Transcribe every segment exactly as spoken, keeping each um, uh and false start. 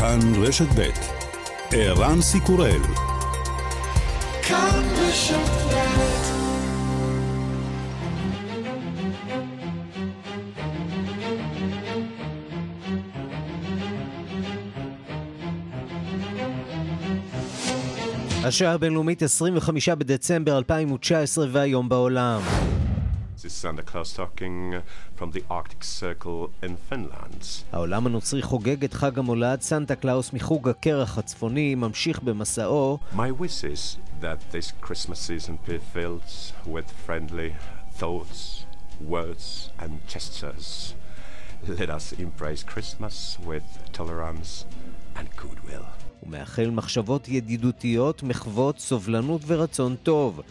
כאן רשת ב' ערן סיקורל. כאן רשת ב'. השעה הבינלאומית עשרים וחמישה בדצמבר אלפיים תשע עשרה והיום בעולם. This is Santa Claus talking from the Arctic Circle in Finland. העולם הנוצרי חוגג את חג המולד. סנטה קלאוס מחוג הקרח הצפוני ממשיך במסעו. My wish is that this Christmas season be filled with friendly thoughts, words and gestures. Let us embrace Christmas with tolerance and goodwill. הוא מאחל מחשבות ידידותיות, מחוות, סובלנות ורצון טוב.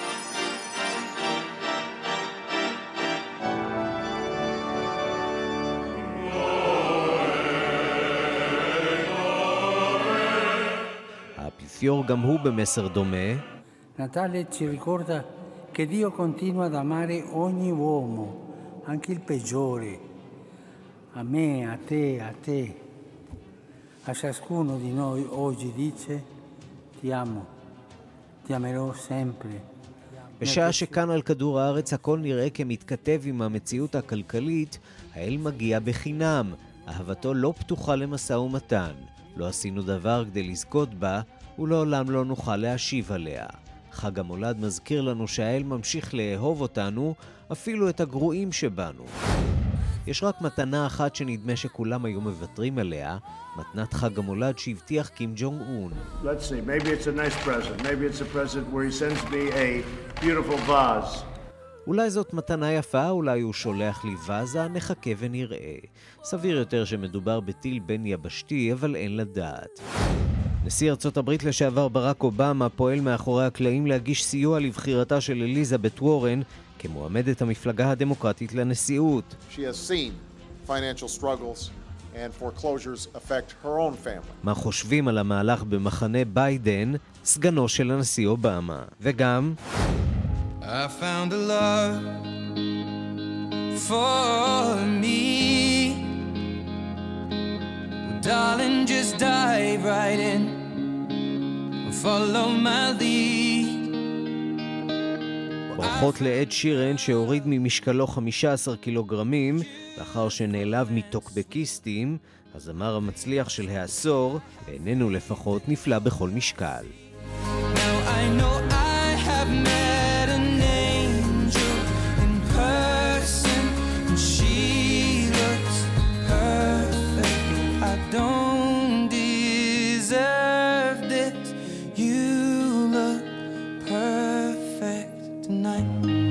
האפיפיור גם הוא במסר דומה. Natale ci ricorda che Dio continua ad amare ogni uomo, anche il peggiore. A me, a te, a te. A ciascuno di noi oggi dice ti amo, ti amerò sempre. בשעה שכאן על כדור הארץ הכל נראה כמתכתב עם המציאות הכלכלית, האל מגיע בחינם. אהבתו לא פתוחה למשא ומתן. לא עשינו דבר כדי לזכות בה, ולעולם לא נוכל להשיב עליה. חג המולד מזכיר לנו שהאל ממשיך לאהוב אותנו, אפילו את הגרועים שבנו. יש רק מתנה אחת שנדמה שכולם היו מוותרים עליה, מתנת חג המולד שהבטיח קים ג'ונג און. Let's see, maybe it's a nice present. Maybe it's a present where he sends me a beautiful vase. אולי זאת מתנה יפה, אולי הוא שולח לי וזה, נחכה ונראה. סביר יותר שמדובר בטיל בין יבשתי, אבל אין לדעת. נשיא ארצות הברית לשעבר ברק אובמה פועל מאחורי הקלעים להגיש סיוע לבחירתה של אליזבת וורן כמועמדת המפלגה הדמוקרטית לנשיאות. She has seen financial struggles and foreclosures affect her own family. מה חושבים על המהלך במחנה ביידן, סגנו של הנשיא אובמה. וגם I found a love for me. Well, darling, just dive right in. Follow my lead. ברכות לאד שירן שהוריד ממשקלו חמישה עשר קילוגרמים לאחר שנעלב מטוקבקיסטים. הזמר המצליח של העשור, בעינינו לפחות, נפלא בכל משקל. Now I know I have met an angel in person and she looks perfect. I don't deserve this. You look perfect tonight.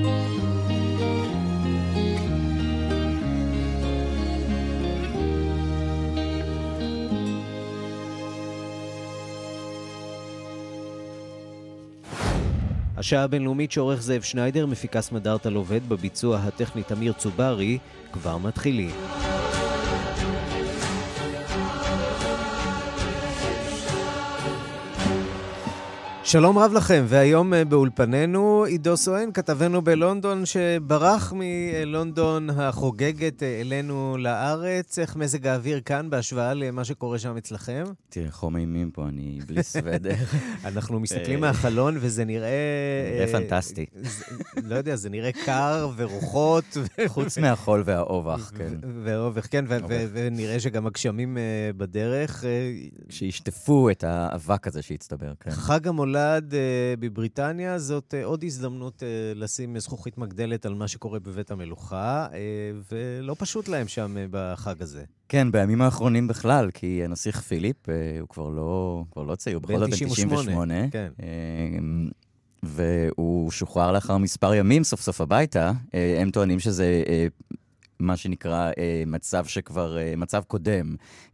השעה הבינלאומית שעורך זאב שניידר, מפיקה סמדארטה לובד, בביצוע הטכני תמיר צוברי, כבר מתחילים. שלום רב לכם, והיום באולפנינו עידו סואן, כתבנו בלונדון שברח מלונדון החוגגת אלינו לארץ. איך מזג האוויר כאן בהשוואה למה שקורה שם אצלכם? תראה, חום אימים פה, אני בלי סוודר. אנחנו מסתכלים מהחלון וזה נראה... נראה פנטסטי. לא יודע, זה נראה קר ורוחות. חוץ מהחול והאובך, כן. והאובך, כן, ונראה שגם הגשמים בדרך. שישטפו את האבק הזה שהצטבר, כן. חג המולד בבריטניה, זאת עוד הזדמנות לשים זכוכית מגדלת על מה שקורה בבית המלוכה, ולא פשוט להם שם בחג הזה. כן, בימים האחרונים בכלל, כי הנסיך פיליפ, הוא כבר לא, כבר לא צעיר, בכל זאת תשעים ושמונה, כן. והוא שוחרר לאחר מספר ימים סוף סוף הביתה. הם טוענים שזה מה שנקרא מצב שכבר, מצב קודם,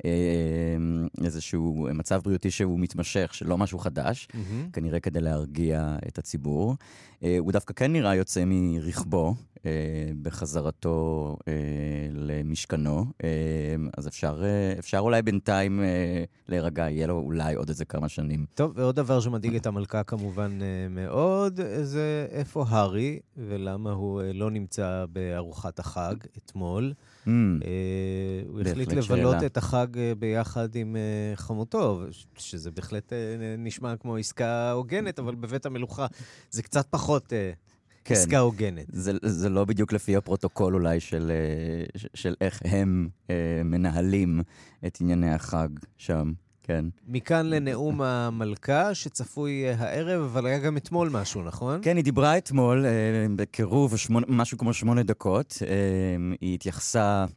איזשהו מצב בריאותי שהוא מתמשך, שלא משהו חדש, mm-hmm. כנראה כדי להרגיע את הציבור. הוא דווקא כן נראה יוצא מרכבו, בחזרתו למשכנו, אז אפשר, אפשר אולי בינתיים להירגע, יהיה לו אולי עוד איזה כמה שנים. טוב, ועוד דבר שמדאיג את המלכה כמובן מאוד, זה איפה הארי, ולמה הוא לא נמצא בארוחת החג. אתמול. Mm, הוא החליט לבלות את החג ביחד עם חמותו, שזה בהחלט נשמע כמו עסקה הוגנת, אבל בבית המלוכה זה קצת פחות כן. עסקה הוגנת. זה, זה לא בדיוק לפי הפרוטוקול אולי של, של איך הם מנהלים את ענייני החג שם. כן. מכאן לנאום המלכה שצפוי הערב, אבל היה גם אתמול משהו, נכון? כן, היא דיברה אתמול בקירוב משהו כמו שמונה דקות. היא התייחסה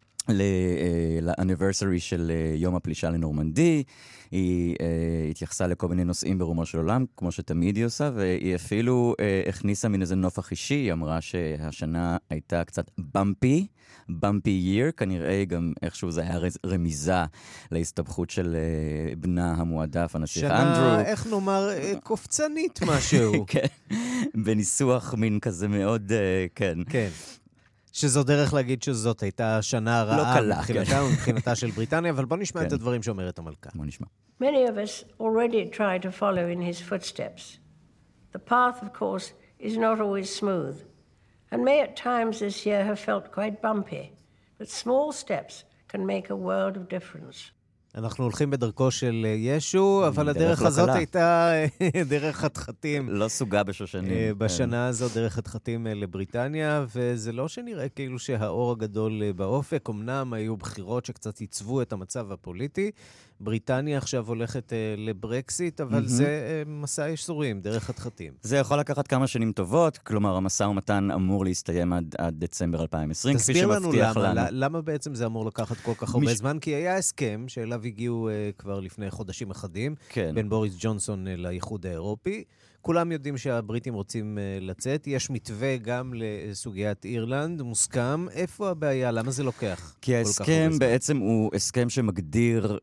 לאניברסרי של יום הפלישה לנורמנדי, היא התייחסה לכל מיני נושאים ברומו של עולם, כמו שתמיד היא עושה, והיא אפילו הכניסה מן איזה נופח אישי, היא אמרה שהשנה הייתה קצת במפי, במפי ייר, כנראה גם איכשהו זה היה רמיזה להסתבכות של בנה המועדף, הנסיך אנדרו. שנה, איך נאמר, קופצנית משהו. כן, בניסוח מין כזה מאוד, כן. כן. שזו דרך להגיד שזאת הייתה שנה רעה לא מבחינתה ומבחינתה של בריטניה, אבל בוא נשמע את הדברים שאומרת המלכה. בוא נשמע. Many of us already try to follow in his footsteps. The path, of course, is not always smooth, and may at times this year have felt quite bumpy, but small steps can make a world of difference. אנחנו הולכים בדרכו של ישו, אבל הדרך הזאת הייתה דרך חתחתים. לא סוגה בשושנים. בשנה הזו דרך חתחתים לבריטניה, וזה לא שנראה כאילו שהאור הגדול באופק, אמנם היו בחירות שקצת ייצבו את המצב הפוליטי, בריטניה עכשיו הולכת לברקסיט, אבל זה מסע ישזורים, דרך חתחתים. זה יכול לקחת כמה שנים טובות, כלומר המשא ומתן אמור להסתיים עד, עד דצמבר אלפיים ועשרים, כפי שמבטיח לנו. למה, למה בעצם זה אמור לקחת כל כך הרבה מש... זמן? כי היה הסכם שאליו הגיעו uh, כבר לפני חודשים אחדים, כן. בין בוריס ג'ונסון uh, לאיחוד האירופי. כולם יודעים שהבריטים רוצים uh, לצאת. יש מתווה גם לסוגיית אירלנד, מוסכם. איפה הבעיה? למה זה לוקח? כי ההסכם בעצם הוא הסכם שמגדיר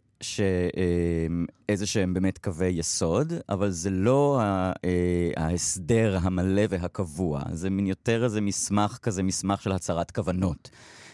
שאיזה שהם באמת קווי יסוד, אבל זה לא ההסדר המלא והקבוע. זה מין יותר איזה מסמך כזה, מסמך של הצהרת כוונות.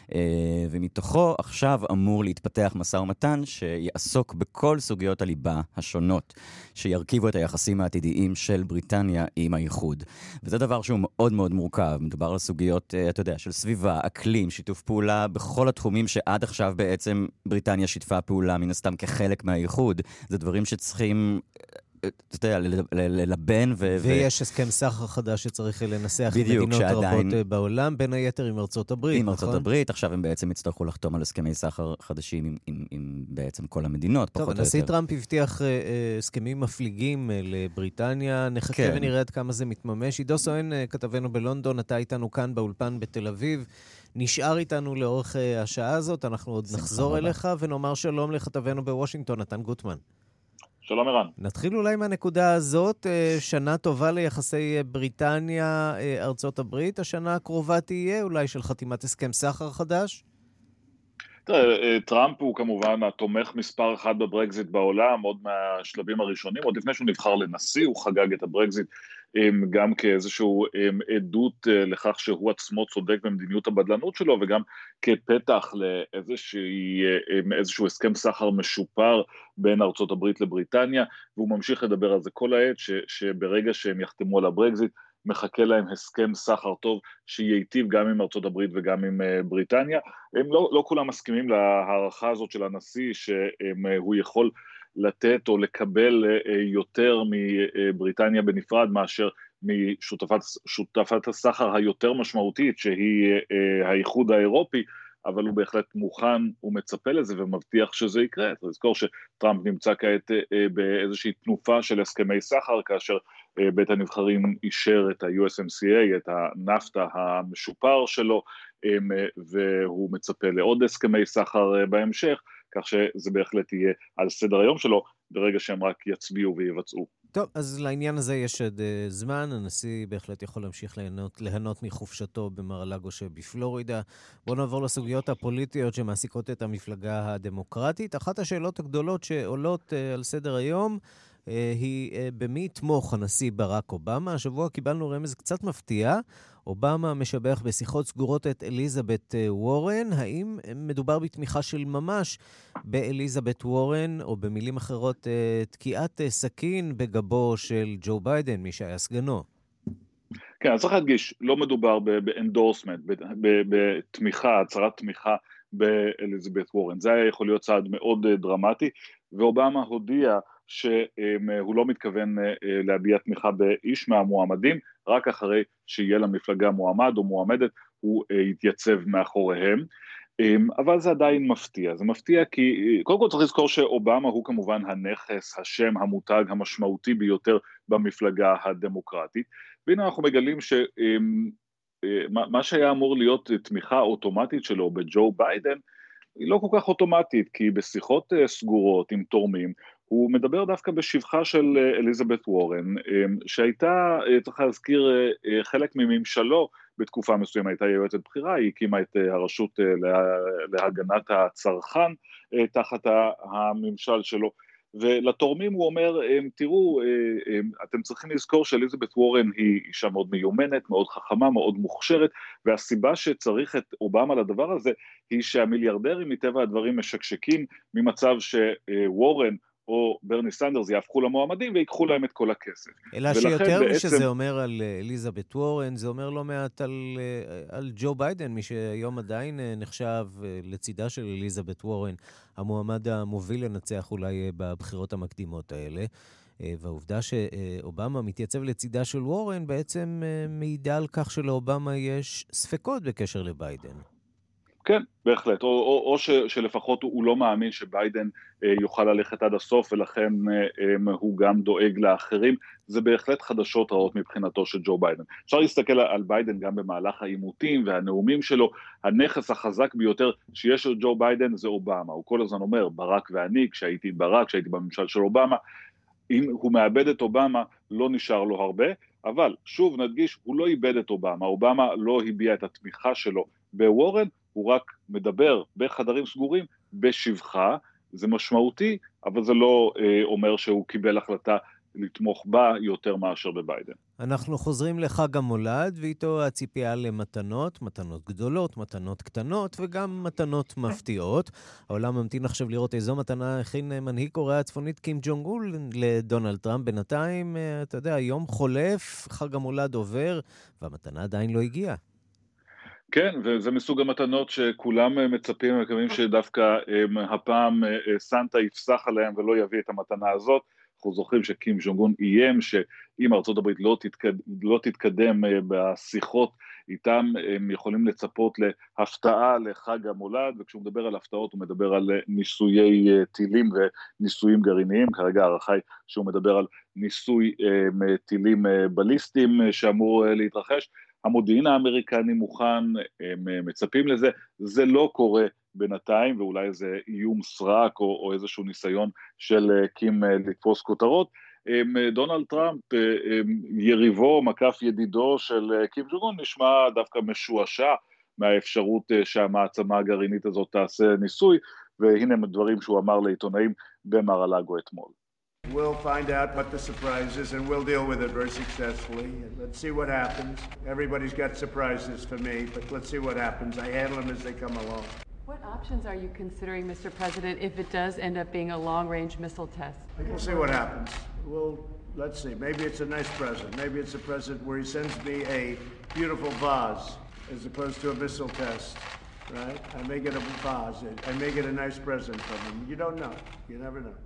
ומתוכו עכשיו אמור להתפתח מסע ומתן שיעסוק בכל סוגיות הליבה השונות, שירכיבו את היחסים העתידיים של בריטניה עם האיחוד. וזה דבר שהוא מאוד מאוד מורכב. מדובר על סוגיות, אתה יודע, של סביבה, אקלים, שיתוף פעולה, בכל התחומים שעד עכשיו בעצם בריטניה שיתפה פעולה, מן הסתם כחלק מהאיחוד. זה דברים שצריכים... אתה יודע, ללבן ו... ויש הסכם סחר חדש שצריך לנסח עם מדינות רבות בעולם, בין היתר עם ארצות הברית, עם ארצות הברית, עכשיו הם בעצם יצטרכו לחתום על הסכמי סחר חדשים עם בעצם כל המדינות, פחות או יותר. טוב, הנשיא טראמפ הבטיח הסכמים מפליגים לבריטניה, נחכה ונראה עד כמה זה מתממש. עידו סואן, כתבנו בלונדון, אתה איתנו כאן באולפן בתל אביב, נשאר איתנו לאורך השעה הזאת, אנחנו עוד נחזור אליך ונאמר שלום לכתבנו בוושינגטון, נתן גוטמן. שלום ערן. נתחיל אולי מהנקודה הזאת, שנה טובה ליחסי בריטניה, ארצות הברית, השנה הקרובה תהיה אולי של חתימת הסכם סחר חדש? תראה, טראמפ הוא כמובן התומך מספר אחד בברקזיט בעולם, עוד מהשלבים הראשונים, עוד לפני שהוא נבחר לנשיא, הוא חגג את הברקזיט גם כאיזשהו עדות לכך שהוא עצמו צודק במדיניות הבדלנות שלו, וגם כפתח לאיזשהו הסכם סחר משופר בין ארצות הברית לבריטניה, והוא ממשיך לדבר על זה כל העת, ש, שברגע שהם יחתמו על הברקזיט, מחכה להם הסכם סחר טוב שייטיב גם עם ארצות הברית וגם עם בריטניה. הם לא, לא כולם מסכימים להערכה הזאת של הנשיא, שהוא יכול לתת או לקבל יותר מבריטניה בנפרד מאשר משותפת שותפת הסחר היותר משמעותית שהיא האיחוד האירופי, אבל הוא בהחלט מוכן, הוא מצפה לזה ומבטיח שזה יקרה. צריך לזכור שטראמפ נמצא כעת באיזושהי תנופה של הסכמי סחר, כאשר בית הנבחרים אישר את ה-יו אס אם סי איי, את הנפטה המשופר שלו, והוא מצפה לעוד הסכמי סחר בהמשך, כך שזה בהחלט יהיה על סדר היום שלו, ברגע שהם רק יצביעו ויבצעו. טוב, אז לעניין הזה יש עוד uh, זמן, הנשיא בהחלט יכול להמשיך ליהנות, ליהנות מחופשתו במר-א-לגו שבפלורידה. בואו נעבור לסוגיות הפוליטיות שמעסיקות את המפלגה הדמוקרטית. אחת השאלות הגדולות שעולות uh, על סדר היום uh, היא uh, במי יתמוך הנשיא ברק אובמה. השבוע קיבלנו רמז קצת מפתיע, אובמה משבח בשיחות סגורות את אליזבת וורן. האם מדובר בתמיכה של ממש באליזבת וורן, או במילים אחרות תקיעת סכין בגבו של ג'ו ביידן, מי שהיה סגנו? כן, כן, אז צריך להדגיש, לא מדובר באנדורסמנט, בתמיכה, הצהרת תמיכה באליזבת וורן. זה היה יכול להיות צעד מאוד דרמטי, ואובמה הודיע שהוא לא מתכוון להביע תמיכה באיש מהמועמדים, רק אחרי שיהיה למפלגה מועמד או מועמדת, הוא יתייצב מאחוריהם. אבל זה עדיין מפתיע. זה מפתיע כי, קודם כל צריך לזכור שאובמה הוא כמובן הנכס, השם, המותג המשמעותי ביותר במפלגה הדמוקרטית, והנה אנחנו מגלים שמה שהיה אמור להיות תמיכה אוטומטית שלו בג'ו ביידן, היא לא כל כך אוטומטית, כי בשיחות סגורות עם תורמים, הוא מדבר דווקא בשבחה של אליזבת וורן, שהייתה, צריך להזכיר, חלק מממשלו בתקופה מסוימת, הייתה יועצת בחירה, היא הקימה את הרשות להגנת הצרכן תחת הממשל שלו, ולתורמים הוא אומר, תראו, אתם צריכים לזכור שאליזבת וורן היא אישה מאוד מיומנת, מאוד חכמה, מאוד מוכשרת, והסיבה שצריך את אובמה לדבר הזה, היא שהמיליארדרים מטבע הדברים משקשקים ממצב שוורן, או ברני סנדרס יהפכו למועמדים ויקחו להם את כל הכסף. אלא שיותר בעצם... משזה אומר על אליזבת וורן, זה אומר לא מעט על, על ג'ו ביידן, מי שהיום עדיין נחשב לצידה של אליזבת וורן, המועמד המוביל לנצח אולי בבחירות המקדימות האלה. והעובדה שאובמה מתייצב לצידה של וורן בעצם מעידה על כך שלאובמה יש ספקות בקשר לביידן. כן, בהחלט, או, או, או ש, שלפחות הוא לא מאמין שביידן אה, יוכל ללכת עד הסוף, ולכן אה, אה, הוא גם דואג לאחרים. זה בהחלט חדשות רעות מבחינתו של ג'ו ביידן. אפשר להסתכל על ביידן גם במהלך העימותים והנאומים שלו, הנכס החזק ביותר שיש של ג'ו ביידן זה אובמה. הוא כל הזמן אומר, ברק ואני, כשהייתי ברק, כשהייתי בממשל של אובמה, אם הוא מאבד את אובמה, לא נשאר לו הרבה, אבל שוב נדגיש, הוא לא איבד את אובמה, אובמה לא הביע את התמיכה שלו בוורן, הוא רק מדבר בחדרים סגורים בשבחה, זה משמעותי, אבל זה לא אה, אומר שהוא קיבל החלטה לתמוך בה יותר מאשר בביידן. אנחנו חוזרים לחג המולד, ואיתו הציפייה למתנות, מתנות גדולות, מתנות קטנות, וגם מתנות מפתיעות. העולם ממתין עכשיו לראות איזו מתנה הכין מנהיג קוריאה הצפונית קים ג'ונג און לדונלד טראמפ. בינתיים, אתה יודע, יום חולף, חג המולד עובר, והמתנה עדיין לא הגיעה. כן, וזה מסוג המתנות שכולם מצפים ומקווים שדווקא הפעם סנטה יפסח עליהם ולא יביא את המתנה הזאת. אנחנו זוכרים שקים ז'ונג און איים שאם ארצות הברית לא, תתקד, לא תתקדם בשיחות איתם, הם יכולים לצפות להפתעה לחג המולד, וכשהוא מדבר על הפתעות הוא מדבר על ניסויי טילים וניסויים גרעיניים, כרגע הערכה היא שהוא מדבר על ניסוי טילים בליסטיים שאמור להתרחש, המודיעין האמריקני מוכן, הם מצפים לזה, זה לא קורה בינתיים, ואולי זה איום סרק או, או איזשהו ניסיון של קים לתפוס כותרות. דונלד טראמפ, יריבו, מקף ידידו של קים ג'ונג און, נשמע דווקא משועשע מהאפשרות שהמעצמה הגרעינית הזאת תעשה ניסוי, והנה דברים שהוא אמר לעיתונאים במר-א-לגו אתמול. We'll find out what the surprise is and we'll deal with it very successfully. Let's see what happens. Everybody's got surprises for me, but let's see what happens. I handle them as they come along. What options are you considering, Mister President, if it does end up being a long-range missile test? We'll see what happens. Well, let's see. Maybe it's a nice present. Maybe it's a present where he sends me a beautiful vase as opposed to a missile test, right? I may get a vase. I may get a nice present from him. You don't know. You never know.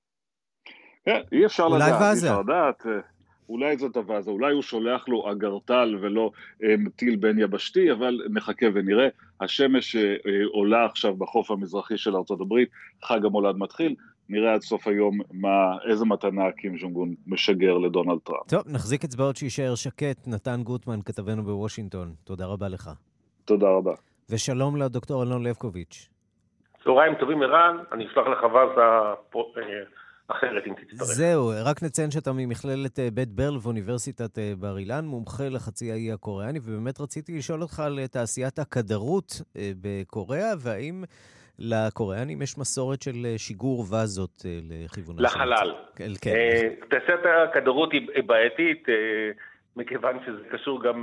כן, אי אפשר לדעת, אי אפשר לדעת, אולי זאת הוואזה, אולי הוא שולח לו אגרטל ולא טיל בין יבשתי, אבל נחכה ונראה, השמש עולה עכשיו בחוף המזרחי של ארצות הברית, חג המולד מתחיל, נראה עד סוף היום מה, איזה מתנה קים ז'ונג און משגר לדונלד טראמפ. טוב, נחזיק אצבעות שישאר שקט, נתן גוטמן, כתבנו בוושינגטון, תודה רבה לך. תודה רבה. ושלום לדוקטור אלון לבקוביץ'. צהריים טובים ערן, אני אשלח לך וזה אחרת אם תצטרך. זהו, רק נציין שאתה ממכללת בית ברל ואוניברסיטת בר אילן, מומחה לחצי האי הקוריאני, ובאמת רציתי לשאול אותך על תעשיית הכדרות בקוריאה, והאם לקוריאנים יש מסורת של שיגור וזות לכיוונה לחלל. של... כן. תעשיית הכדרות היא בעייתית, מכיוון שזה קשור גם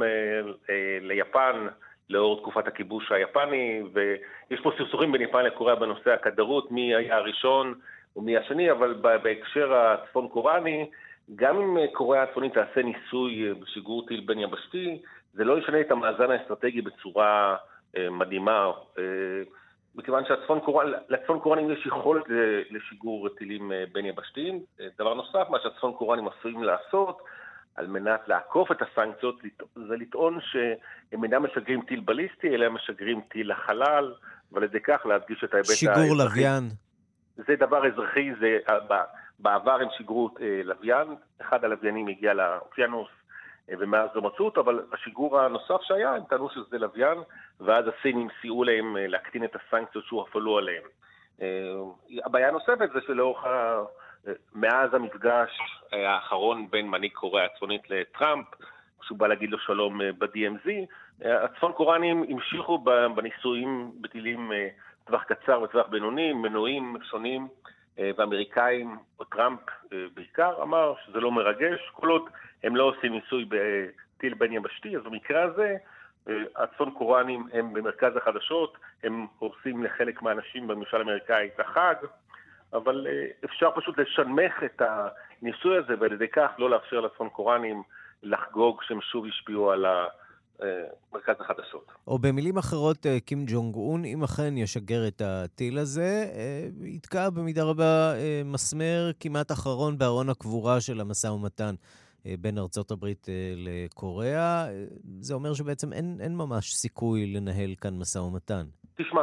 ליפן, לאור תקופת הכיבוש היפני, ויש פה סכסוכים בין יפן לקוריאה בנושא הכדרות, מי היה הראשון, ומי השני, אבל בהקשר הצפון קוריאני, גם אם קוריאה הצפונית תעשה ניסוי בשיגור טיל בין יבשתי, זה לא ישנה את המאזן האסטרטגי בצורה מדהימה, מכיוון שהצפון קוריאנים, לצפון קוריאנים יש יכולת לשיגור טילים בין יבשתיים. דבר נוסף, מה שהצפון קוריאנים עשויים לעשות, על מנת לעקוף את הסנקציות, זה לטעון שהם אינם משגרים טיל בליסטי, אלא הם משגרים טיל לחלל, ועל ידי כך להדגיש את ההיבט האזרחי. שיגור לוויין. זה דבר אזרחי, זה, בעבר הם שיגרו לוויין, אחד הלוויינים הגיע לאוקיינוס, ומאז לא מצאו אותו, אבל השיגור הנוסף שהיה, הם טענו שזה לוויין, ואז הסינים סייעו להם להקטין את הסנקציות שהוא הפעלו עליהם. הבעיה הנוספת זה שלאורך ה... מאז המפגש האחרון בין מנהיג קוריאה הצפונית לטראמפ, כשהוא בא להגיד לו שלום ב-די אם זי, הצפון קוריאנים המשיכו בניסויים בטילים טווח קצר וטווח בינוני, מנועים שונים, ואמריקאים, או טראמפ בעיקר, אמר שזה לא מרגש, כל עוד הם לא עושים ניסוי בטיל בין יבשתי, אז במקרה הזה הצפון קוריאנים הם במרכז החדשות, הם הורסים לחלק מהאנשים בממשל האמריקאי את החג, אבל אפשר פשוט לשנמך את הניסוי הזה, ועל ידי כך לא לאפשר לצפון קוריאנים לחגוג שהם שוב השפיעו על מרכז החדשות. או במילים אחרות, קים ג'ונג און, אם אכן ישגר את הטיל הזה, יתקע במידה רבה מסמר כמעט אחרון בארון הקבורה של המשא ומתן בין ארצות הברית לקוריאה. זה אומר שבעצם אין, אין ממש סיכוי לנהל כאן משא ומתן. תשמע,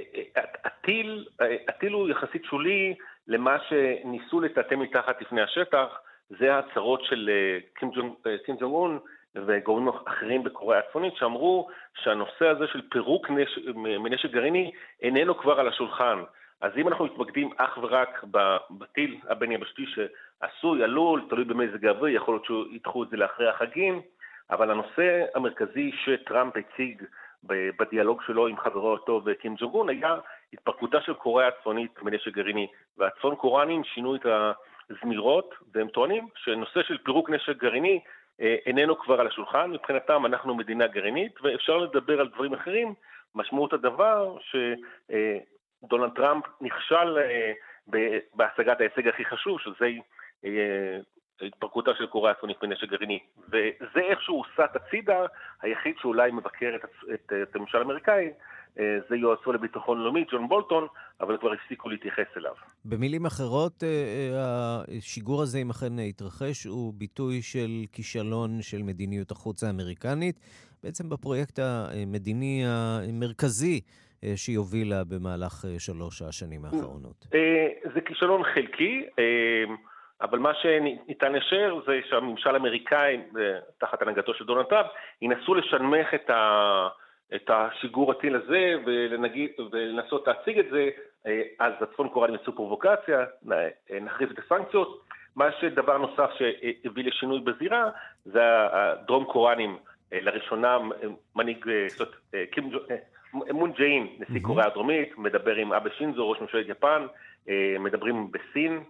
הטיל, הטיל הוא יחסית שולי למה שניסו לטאטא מתחת לפני השטח, זה ההצהרות של קים ג'ונג, קים ג'ונג און וגורמים אחרים בקוריאה הצפונית, שאמרו שהנושא הזה של פירוק נש... מנשק גרעיני איננו כבר על השולחן. אז אם אנחנו מתמקדים אך ורק בטיל הבין יבשתי שעשוי, עלול, תלוי במזג האוויר, יכול להיות שידחו את זה לאחרי החגים, אבל הנושא המרכזי שטראמפ הציג בדיאלוג שלו עם חברו הטוב קים ג'ונג און היה התפרקותה של קוריאה הצפונית מנשק גרעיני, והצפון קוריאנים שינו את הזמירות, והם טוענים שנושא של פירוק נשק גרעיני איננו כבר על השולחן. מבחינתם אנחנו מדינה גרעינית, ואפשר לדבר על דברים אחרים. משמעות הדבר שדונלד טראמפ נכשל בהשגת ההישג הכי חשוב, שזה התפרקותה של קוריאה הצפונית מנשק גרעיני, וזה איכשהו הוסט הצידה. היחיד שאולי מבקר את, את, את הממשל האמריקאי זה יועצו לביטחון לאומי, ג'ון בולטון, אבל כבר הפסיקו להתייחס אליו. במילים אחרות, השיגור הזה, אם אכן התרחש, הוא ביטוי של כישלון של מדיניות החוץ האמריקנית, בעצם בפרויקט המדיני המרכזי שהיא הובילה במהלך שלוש השנים האחרונות. זה כישלון חלקי, אבל מה שניתן לשער זה שהממשל האמריקאי, תחת הנהגתו של דונלד טראמפ, ינסו לשנמך את ה... את השיגור הטיל הזה, ולנגיד, ולנסות להציג את זה, אז הצפון קוריאנים יצאו פרובוקציה, נחריף את הסנקציות. מה שדבר נוסף שהביא לשינוי בזירה, זה הדרום קוריאנים, לראשונה מנהיג, מון ג'אין, נשיא קוריאה הדרומית, מדבר עם אבה שינזו, ראש ממשלת יפן, מדברים בסין,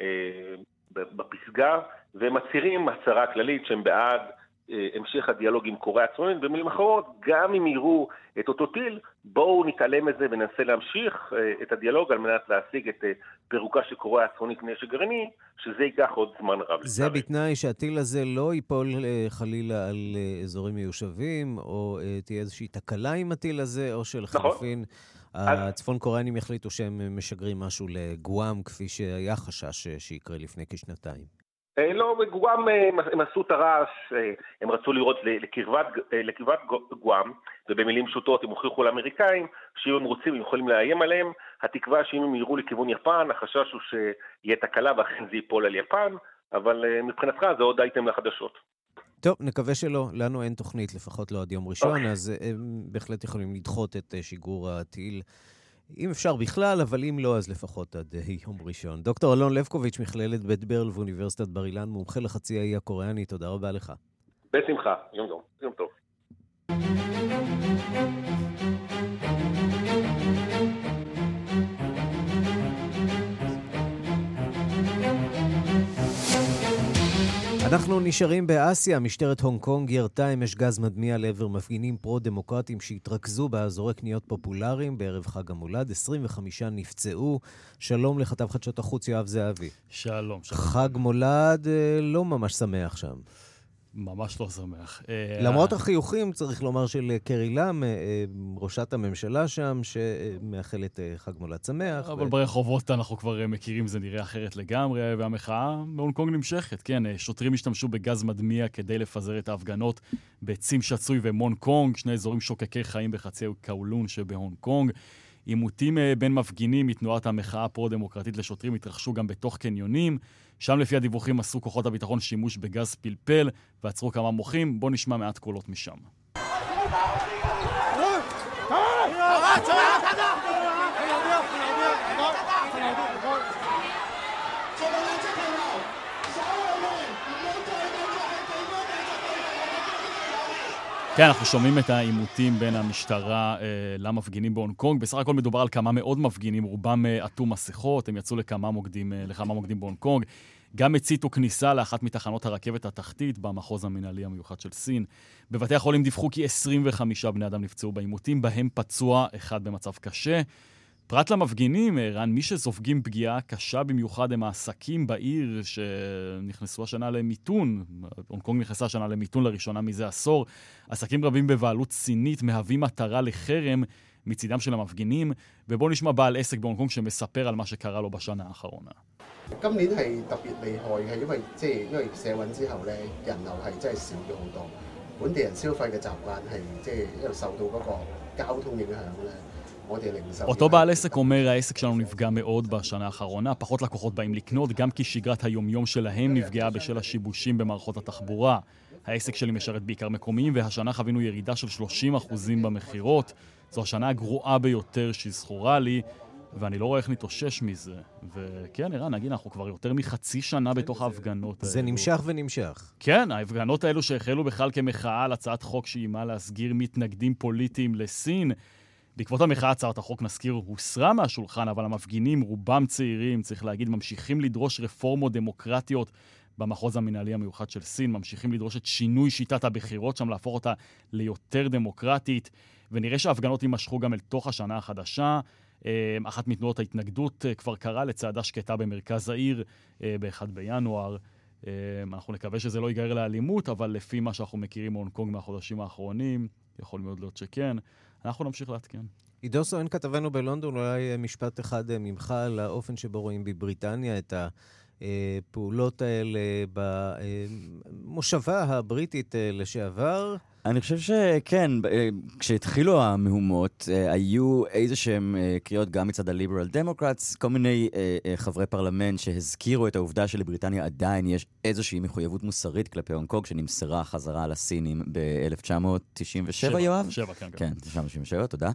בפסגה, והם מצהירים הצהרה כללית שהם בעד המשך הדיאלוג עם קוריאה הצפונית. במילים אחרות, גם אם יראו את אותו טיל, בואו נתעלם מזה וננסה להמשיך את הדיאלוג על מנת להשיג את פירוקה של קוריאה הצפונית מנשק גרעיני, שזה ייקח עוד זמן רב. זה בתנאי שהטיל הזה לא ייפול חלילה על אזורים מיושבים, או תהיה איזושהי תקלה עם הטיל הזה, או שלחלופין הצפון קוריאנים יחליטו שהם משגרים משהו לגואם, כפי שהיה חשש שיקרה לפני כשנתיים. לא, בגואם הם עשו את הרעש, הם רצו לראות לקרבת, לקרבת גואם, ובמילים פשוטות הם הוכיחו לאמריקאים, שאם הם רוצים הם יכולים לאיים עליהם. התקווה שאם הם יראו לכיוון יפן, החשש הוא שיהיה תקלה ואכן זה ייפול על יפן, אבל מבחינתך זה עוד אייטם לחדשות. טוב, נקווה שלא, לנו אין תוכנית, לפחות לא עד יום ראשון, אז הם בהחלט יכולים לדחות את שיגור הטיל, אם אפשר בכלל, אבל אם לא, אז לפחות עד יום ראשון. דוקטור אלון לבקוביץ', מכללת בית ברל ואוניברסיטת בר אילן, מומחה לחצי האי הקוריאני, תודה רבה לך. בשמחה, יום יום, יום טוב. אנחנו נשארים באסיה. משטרת הונג קונג ירתה אמש גז מדמיע לעבר מפגינים פרו-דמוקרטיים שהתרכזו באזורי קניות פופולריים בערב חג המולד. עשרים וחמישה נפצעו. שלום לכתב חדשות החוץ יואב זהבי. שלום. שלום. חג מולד לא ממש שמח שם. ממש לא שמח. למרות החיוכים, צריך לומר, של קרי לם, ראשת הממשלה שם, שמאחלת חג מולד שמח. אבל ברחובות אנחנו כבר מכירים, זה נראה אחרת לגמרי, והמחאה בהונג קונג נמשכת. כן, שוטרים השתמשו בגז מדמיע כדי לפזר את ההפגנות בצים שצוי ומונג קונג, שני אזורים שוקקי חיים בחצי קאולון שבהונג קונג. עימותים בין מפגינים מתנועת המחאה הפרו-דמוקרטית לשוטרים התרחשו גם בתוך קניונים. שם לפי הדיווחים עשו כוחות הביטחון שימוש בגז פלפל ועצרו כמה מוחים. בוא נשמע מעט קולות משם. כן, אנחנו שומעים את העימותים בין המשטרה אה, למפגינים בהונג קונג. בסך הכל מדובר על כמה מאוד מפגינים, רובם אה, עטו מסכות, הם יצאו לכמה מוקדים, אה, לכמה מוקדים בהונג קונג. גם הציתו כניסה לאחת מתחנות הרכבת התחתית במחוז המנהלי המיוחד של סין. בבתי החולים דיווחו כי עשרים וחמישה בני אדם נפצעו בעימותים, בהם פצוע אחד במצב קשה. פרט למפגינים, רן, מי שסופגים פגיעה קשה במיוחד הם העסקים בעיר שנכנסו השנה למיתון. הונג קונג נכנסה השנה למיתון לראשונה מזה עשור. עסקים רבים בבעלות סינית מהווים מטרה לחרם מצידם של המפגינים, ובואו נשמע בעל עסק בהונג קונג שמספר על מה שקרה לו בשנה האחרונה. 今年係特別厲害嘅，因為即係因為社運之後咧，人流係真係少咗好多，本地人消費嘅習慣係即係因為受到嗰個交通影響咧。 אותו בעל עסק אומר, העסק שלנו נפגע מאוד בשנה האחרונה, פחות לקוחות באים לקנות, גם כי שגרת היומיום שלהם נפגעה בשל השיבושים במערכות התחבורה. העסק שלי משרת בעיקר מקומיים, והשנה חווינו ירידה של שלושים אחוזים במחירות. זו השנה הגרועה ביותר שזכורה לי, ואני לא רואה איך נתאושש מזה. וכן, ערן, נגיד, אנחנו כבר יותר מחצי שנה בתוך ההפגנות. זה נמשך ונמשך. כן, ההפגנות האלו שהחלו בכלל כמחאה על הצעת חוק שאיימה להסגיר מתנגדים פוליטיים לסין, בעקבות המחאה הצעת החוק, נזכיר, הוסרה מהשולחן, אבל המפגינים, רובם צעירים, צריך להגיד, ממשיכים לדרוש רפורמות דמוקרטיות במחוז המנהלי המיוחד של סין, ממשיכים לדרוש את שינוי שיטת הבחירות שם, להפוך אותה ליותר דמוקרטית, ונראה שההפגנות יימשכו גם אל תוך השנה החדשה. אחת מתנועות ההתנגדות כבר קרה לצעדה שקטה במרכז העיר ב-אחד בינואר. אנחנו נקווה שזה לא ייגרר לאלימות, אבל לפי מה שאנחנו מכירים מהונג קונג מהחודשים האחרונים, יכול מאוד להיות שכן. אנחנו נמשיך להתקן. עידו סואן, כתבנו בלונדון, אולי משפט אחד ממך על האופן שבו רואים בבריטניה את הפעולות האלה במושבה הבריטית לשעבר. אני חושב שכן, כשהתחילו המהומות, היו איזה שהם קריאות גם מצד ה-Liberal Democrats, כל מיני חברי פרלמנט שהזכירו את העובדה שלבריטניה עדיין יש איזושהי מחויבות מוסרית כלפי הונג קונג, שנמסרה חזרה על הסינים ב-אלף תשע מאות תשעים ושבע, יואב? שבע, כן. כן, אלף תשע מאות תשעים ושבע, תודה.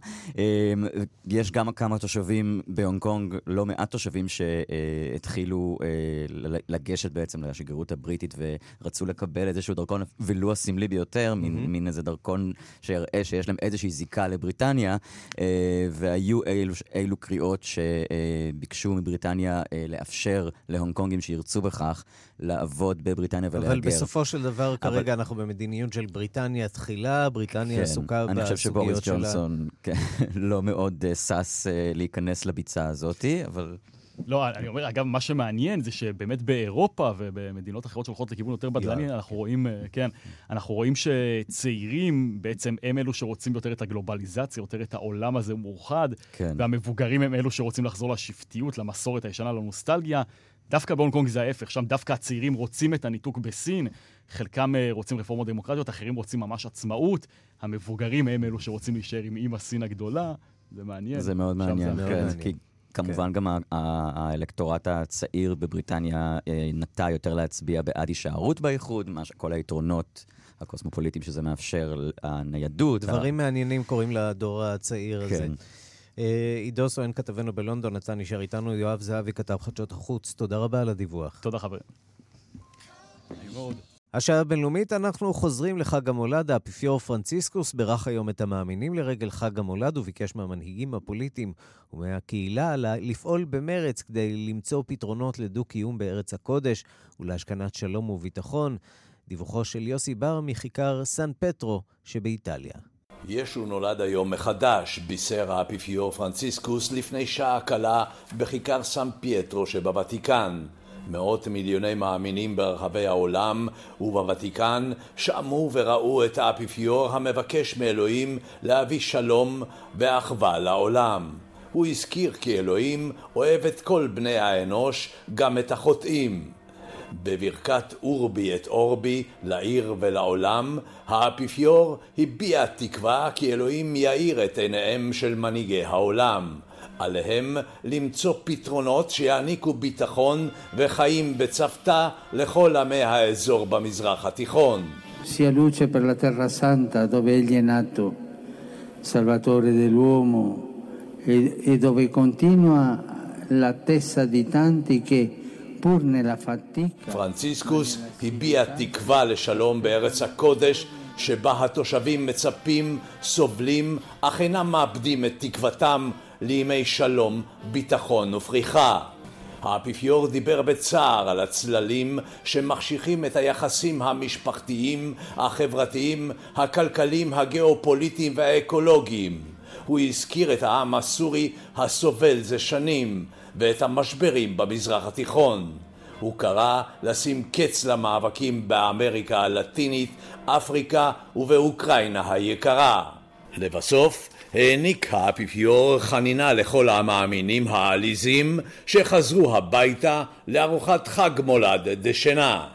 יש גם כמה תושבים בהונג קונג, לא מעט תושבים שהתחילו לגשת בעצם לשגרירות הבריטית ורצו לקבל איזשהו דרכון, ולו הסמלי ביותר, מין איזה דרכון שיראה שיש להם איזושהי זיקה לבריטניה, והיו אילו, אילו קריאות שביקשו מבריטניה לאפשר להונג קונגים שירצו בכך לעבוד בבריטניה ולהגר. אבל בסופו של דבר, כרגע אבל... אנחנו במדיניות של בריטניה תחילה, בריטניה כן, עסוקה בסוגיות שלה. אני חושב שבוריס ג'ונסון כן, לא מאוד סס להיכנס לביצה הזאת, אבל... לא, אני אומר, אגב, מה שמעניין זה שבאמת באירופה ובמדינות אחרות שהולכות לכיוון יותר בדלני, אנחנו רואים, כן, אנחנו רואים שצעירים בעצם הם אלו שרוצים יותר את הגלובליזציה, יותר את העולם הזה מאוחד, כן. והמבוגרים הם אלו שרוצים לחזור לשבטיות, למסורת הישנה, לנוסטלגיה. דווקא בהונג קונג זה ההפך, שם דווקא הצעירים רוצים את הניתוק בסין, חלקם רוצים רפורמות דמוקרטיות, אחרים רוצים ממש עצמאות, המבוגרים הם אלו שרוצים להישאר עם אמא סין הגדולה, זה מעניין. זה מאוד מעניין, כן, כי... כמובן גם האלקטורט הצעיר בבריטניה נטה יותר להצביע בעד הישארות באיחוד, כל היתרונות הקוסמופוליטיים שזה מאפשר, הניידות. דברים מעניינים קוראים לדור הצעיר הזה. עידו סואן, כתבנו בלונדון, אתה נשאר איתנו, יואב זהבי, כתב חדשות החוץ. תודה רבה על הדיווח. תודה חברים. השעה הבינלאומית, אנחנו חוזרים לחג המולד. האפיפיור פרנציסקוס בירך היום את המאמינים לרגל חג המולד וביקש מהמנהיגים הפוליטיים ומהקהילה לפעול במרץ כדי למצוא פתרונות לדו-קיום בארץ הקודש ולהשכנת שלום וביטחון. דיווחו של יוסי בר מכיכר סן פטרו שבאיטליה. ישו נולד היום מחדש, בישר האפיפיור פרנציסקוס לפני שעה קלה בכיכר סן פייטרו שבוותיקן. מאות מיליוני מאמינים ברחבי העולם ובוותיקן שמעו וראו את האפיפיור המבקש מאלוהים להביא שלום ואחווה לעולם. הוא הזכיר כי אלוהים אוהב את כל בני האנוש, גם את החוטאים. בברכת אורבי את אורבי לעיר ולעולם, האפיפיור הביע תקווה כי אלוהים יאיר את עיניהם של מנהיגי העולם. עליהם למצוא פתרונות שיעניקו ביטחון וחיים בצוותא לכל עמי האזור במזרח התיכון. Sia luce per la terra santa dove egli è nato, salvatore dell'uomo, e, e dove continua l'attesa di tanti che pur nella fatica. פרנציסקוס הביע תקווה לשלום בארץ הקודש, שבה התושבים מצפים, סובלים, אך אינם מאבדים את תקוותם לימי שלום, ביטחון ופריחה. האפיפיור דיבר בצער על הצללים שמחשיכים את היחסים המשפחתיים, החברתיים, הכלכליים, הגיאופוליטיים והאקולוגיים. הוא הזכיר את העם הסורי הסובל זה שנים ואת המשברים במזרח התיכון. הוא קרא לשים קץ למאבקים באמריקה הלטינית, אפריקה ובאוקראינה היקרה. לבסוף, העניק האפיפיור חנינה לכל המאמינים העליזים שחזרו הביתה לארוחת חג מולד דשנה.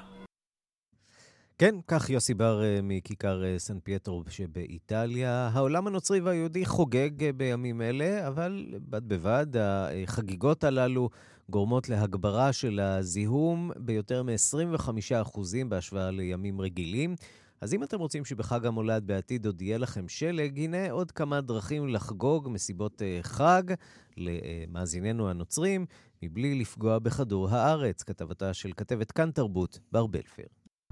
כן, כך יוסי בר מכיכר סן פייטרו שבאיטליה. העולם הנוצרי והיהודי חוגג בימים אלה, אבל בד בבד החגיגות הללו גורמות להגברה של הזיהום ביותר מ-עשרים וחמישה אחוז בהשוואה לימים רגילים. אז אם אתם רוצים שבחג המולד בעתיד עוד יהיה לכם שלג, הנה עוד כמה דרכים לחגוג מסיבות חג למאזיננו הנוצרים, מבלי לפגוע בכדור הארץ. כתבתה של כתבת כאן תרבות, בר בלפר.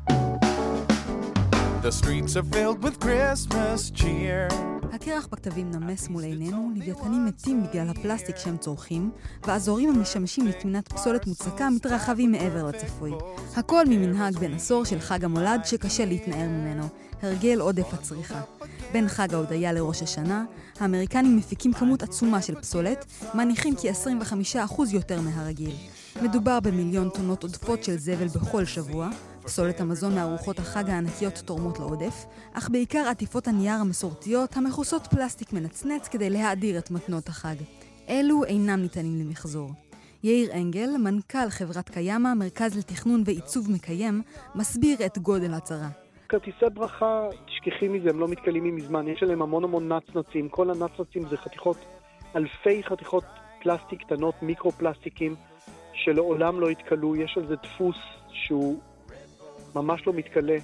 The streets are filled with Christmas cheer. הקרח בכתבים נמס מול עינינו, לוויתנים מתים בגלל הפלסטיק שהם צורכים, והאזורים המשמשים לטמינת פסולת מוצקה מתרחבים מעבר לצפוי. הכל ממנהג בן עשור של חג המולד שקשה להתנער ממנו, הרגל עודף הצריכה. בין חג ההודיה לראש השנה, האמריקנים מפיקים כמות עצומה של פסולת, מניחים כ-עשרים וחמישה אחוז יותר מהרגיל. מדובר במיליון טונות עודפות של זבל בכל שבוע, פסולת המזון מארוחות החג הענקיות תורמות לעודף, אך בעיקר עטיפות הנייר המסורתיות המכוסות פלסטיק מנצנץ כדי להאדיר את מתנות החג. אלו אינם ניתנים למחזור. יאיר אנגל, מנכ"ל חברת קיימה, מרכז לתכנון ועיצוב מקיים, מסביר את גודל הצרה. כרטיסי ברכה, תשכחי מזה, הם לא מתקיימים מזמן. יש עליהם המון המון נצנצים. כל הנצנצים זה חתיכות, אלפי חתיכות פלסטיק קטנות, מיקרו-פלסטיקים, שלעולם לא התקלו. יש על זה דפוס שהוא ממש לא מתקלה,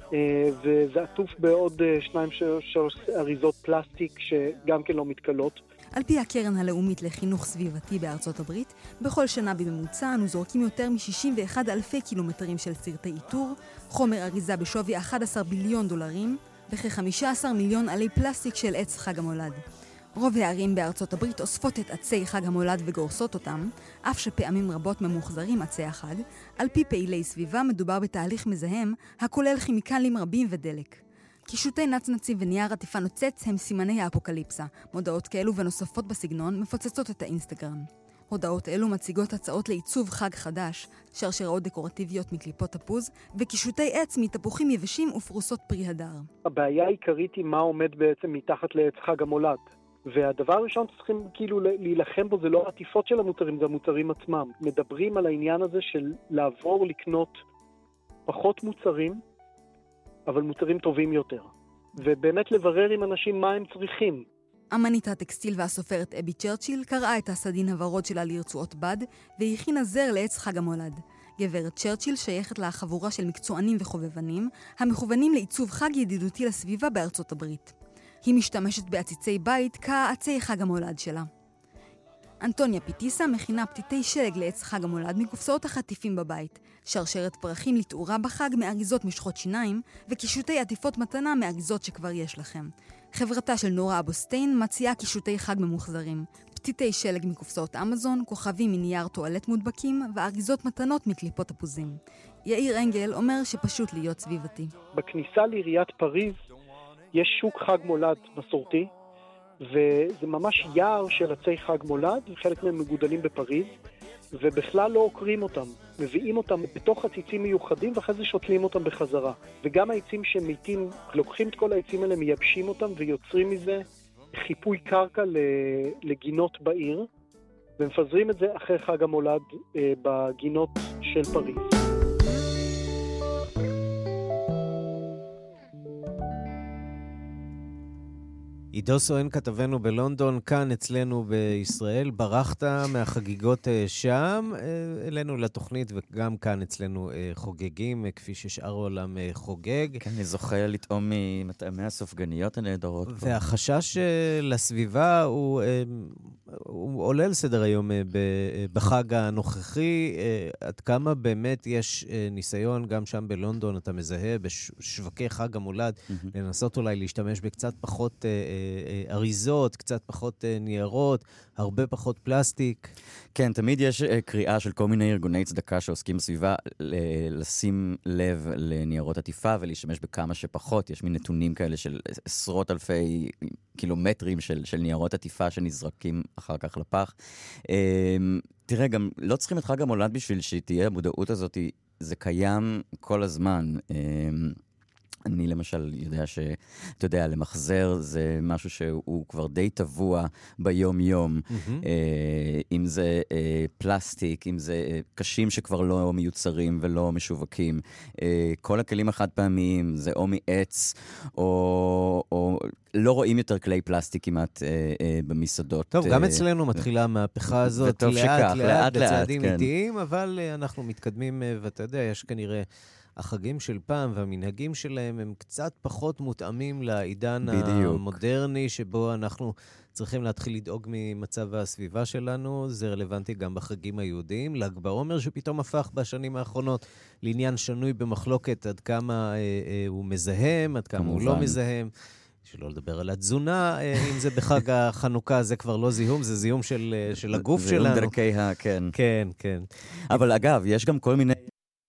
וזה עטוף בעוד שניים שלוש אריזות פלסטיק שגם כן לא מתקלות. על פי הקרן הלאומית לחינוך סביבתי בארצות הברית, בכל שנה בממוצע אנו זורקים יותר מ-שישים ואחד אלפי קילומטרים של סרטי איתור, חומר אריזה בשווי אחד עשר ביליון דולרים, וכ-חמישה עשר מיליון עלי פלסטיק של עץ חג המולד. רוב הערים בארצות הברית אוספות את עצי חג המולד וגורסות אותם, אף שפעמים רבות ממוחזרים עצי החג. על פי פעילי סביבה מדובר בתהליך מזהם הכולל כימיקלים רבים ודלק. קישוטי נצנצים ונייר עטיפה נוצץ הם סימני האפוקליפסה. מודעות כאלו ונוספות בסגנון מפוצצות את האינסטגרם. הודעות אלו מציגות הצעות לעיצוב חג חדש, שרשראות דקורטיביות מקליפות תפוז, וקישוטי עץ מתפוחים יבשים ופרוסות פרי הדר. הבעיה העיקרית היא מה עומד בעצם מתחת לעץ חג המולד. והדבר הראשון שצריכים כאילו להילחם בו זה לא העטיפות של המוצרים, זה המוצרים עצמם. מדברים על העניין הזה של לעבור לקנות פחות מוצרים, אבל מוצרים טובים יותר. ובאמת לברר עם אנשים מה הם צריכים. אמנית הטקסטיל והסופרת אבי צ'רצ'יל קראה את הסדין הוורוד שלה לרצועות בד, והכינה זר לעץ חג המולד. גברת צ'רצ'יל שייכת לחבורה של מקצוענים וחובבנים, המכוונים לעיצוב חג ידידותי לסביבה בארצות הברית. היא משתמשת בעציצי בית כעצי חג המולד שלה. אנטוניה פיטיסה מכינה פתיתי שלג לעץ חג המולד מקופסאות החטיפים בבית, שרשרת פרחים לתאורה בחג מאריזות משחות שיניים, וקישוטי עטיפות מתנה מאריזות שכבר יש לכם. חברתה של נורה אבוסטיין מציעה קישוטי חג ממוחזרים, פתיתי שלג מקופסאות אמזון, כוכבים מנייר טואלט מודבקים ואריזות מתנות מקליפות תפוזים. יאיר אנגל אומר שפשוט להיות סביבתי. בכניסה לעיריית פריז יש שוק חג מולד מסורתי, וזה ממש יער של עצי חג מולד, חלק מהם מגודלים בפריז, ובכלל לא עוקרים אותם. מביאים אותם בתוך עציצים מיוחדים, ואחרי זה שותלים אותם בחזרה. וגם העצים שמתים, לוקחים את כל העצים האלה, מייבשים אותם, ויוצרים מזה חיפוי קרקע לגינות בעיר, ומפזרים את זה אחרי חג המולד בגינות של פריז. עידו סואן כתבנו בלונדון, כאן אצלנו בישראל. ברחת מהחגיגות שם, אלינו לתוכנית, וגם כאן אצלנו חוגגים, כפי ששאר העולם חוגג. כן, אני זוכה לטעום ממטעמי הסופגניות הנהדרות. והחשש לסביבה הוא, הוא עולה על סדר היום בחג הנוכחי. עד כמה באמת יש ניסיון, גם שם בלונדון אתה מזהה, בשווקי חג המולד, לנסות אולי להשתמש בקצת פחות אריזות, קצת פחות ניירות, הרבה פחות פלסטיק. כן, תמיד יש קריאה של כל מיני ארגוני צדקה שעוסקים בסביבה לשים לב לניירות עטיפה ולהשתמש בכמה שפחות. יש מין נתונים כאלה של עשרות אלפי קילומטרים של, של ניירות עטיפה שנזרקים אחר כך לפח. תראה, גם לא צריכים את חג המולד בשביל שתהיה המודעות הזאת, זה קיים כל הזמן. אני למשל יודע ש, אתה יודע, למחזר זה משהו שהוא כבר די טבוע ביום-יום. Mm-hmm. אה, אם זה אה, פלסטיק, אם זה אה, קשים שכבר לא מיוצרים ולא משווקים. אה, כל הכלים החד פעמיים זה או מעץ, או, או לא רואים יותר כלי פלסטיק כמעט אה, אה, במסעדות. טוב, גם אצלנו מתחילה המהפכה הזאת לאט, לאט, לאט, בצעדים איטיים, אבל אה, אנחנו מתקדמים, אה, ואתה יודע, יש כנראה החגים של פעם והמנהגים שלהם הם קצת פחות מותאמים לעידן בדיוק. המודרני, שבו אנחנו צריכים להתחיל לדאוג ממצב הסביבה שלנו. זה רלוונטי גם בחגים היהודיים. ל"ג בעומר שפתאום הפך בשנים האחרונות לעניין שנוי במחלוקת, עד כמה אה, אה, הוא מזהם, עד כמה כמובן. הוא לא מזהם. שלא לדבר על התזונה, אם זה בחג החנוכה, זה כבר לא זיהום, זה זיהום של, של הגוף שלנו. זיהום דרכי ה... כן. כן, כן. אבל אגב, יש גם כל מיני...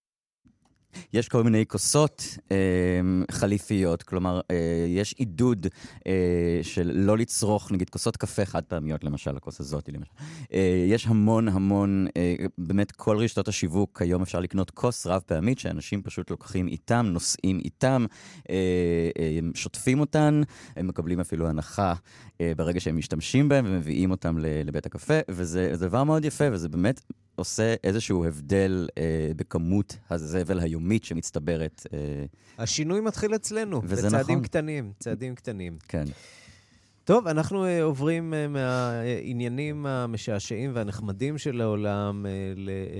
יש כל מיני כוסות אה, חליפיות, כלומר, אה, יש עידוד אה, של לא לצרוך, נגיד, כוסות קפה חד פעמיות, למשל, הכוס הזאת, למשל. אה, יש המון המון, אה, באמת כל רשתות השיווק, היום אפשר לקנות כוס רב פעמית, שאנשים פשוט לוקחים איתם, נוסעים איתם, אה, אה, שוטפים אותן, הם מקבלים אפילו הנחה אה, ברגע שהם משתמשים בהם, ומביאים אותם לבית הקפה, וזה דבר מאוד יפה, וזה באמת עושה איזשהו הבדל אה, בכמות הזבל היומית שמצטברת. אה... השינוי מתחיל אצלנו, בצעדים נכון. קטנים, צעדים קטנים. כן. טוב, אנחנו uh, עוברים uh, מהעניינים המשעשעים והנחמדים של העולם uh,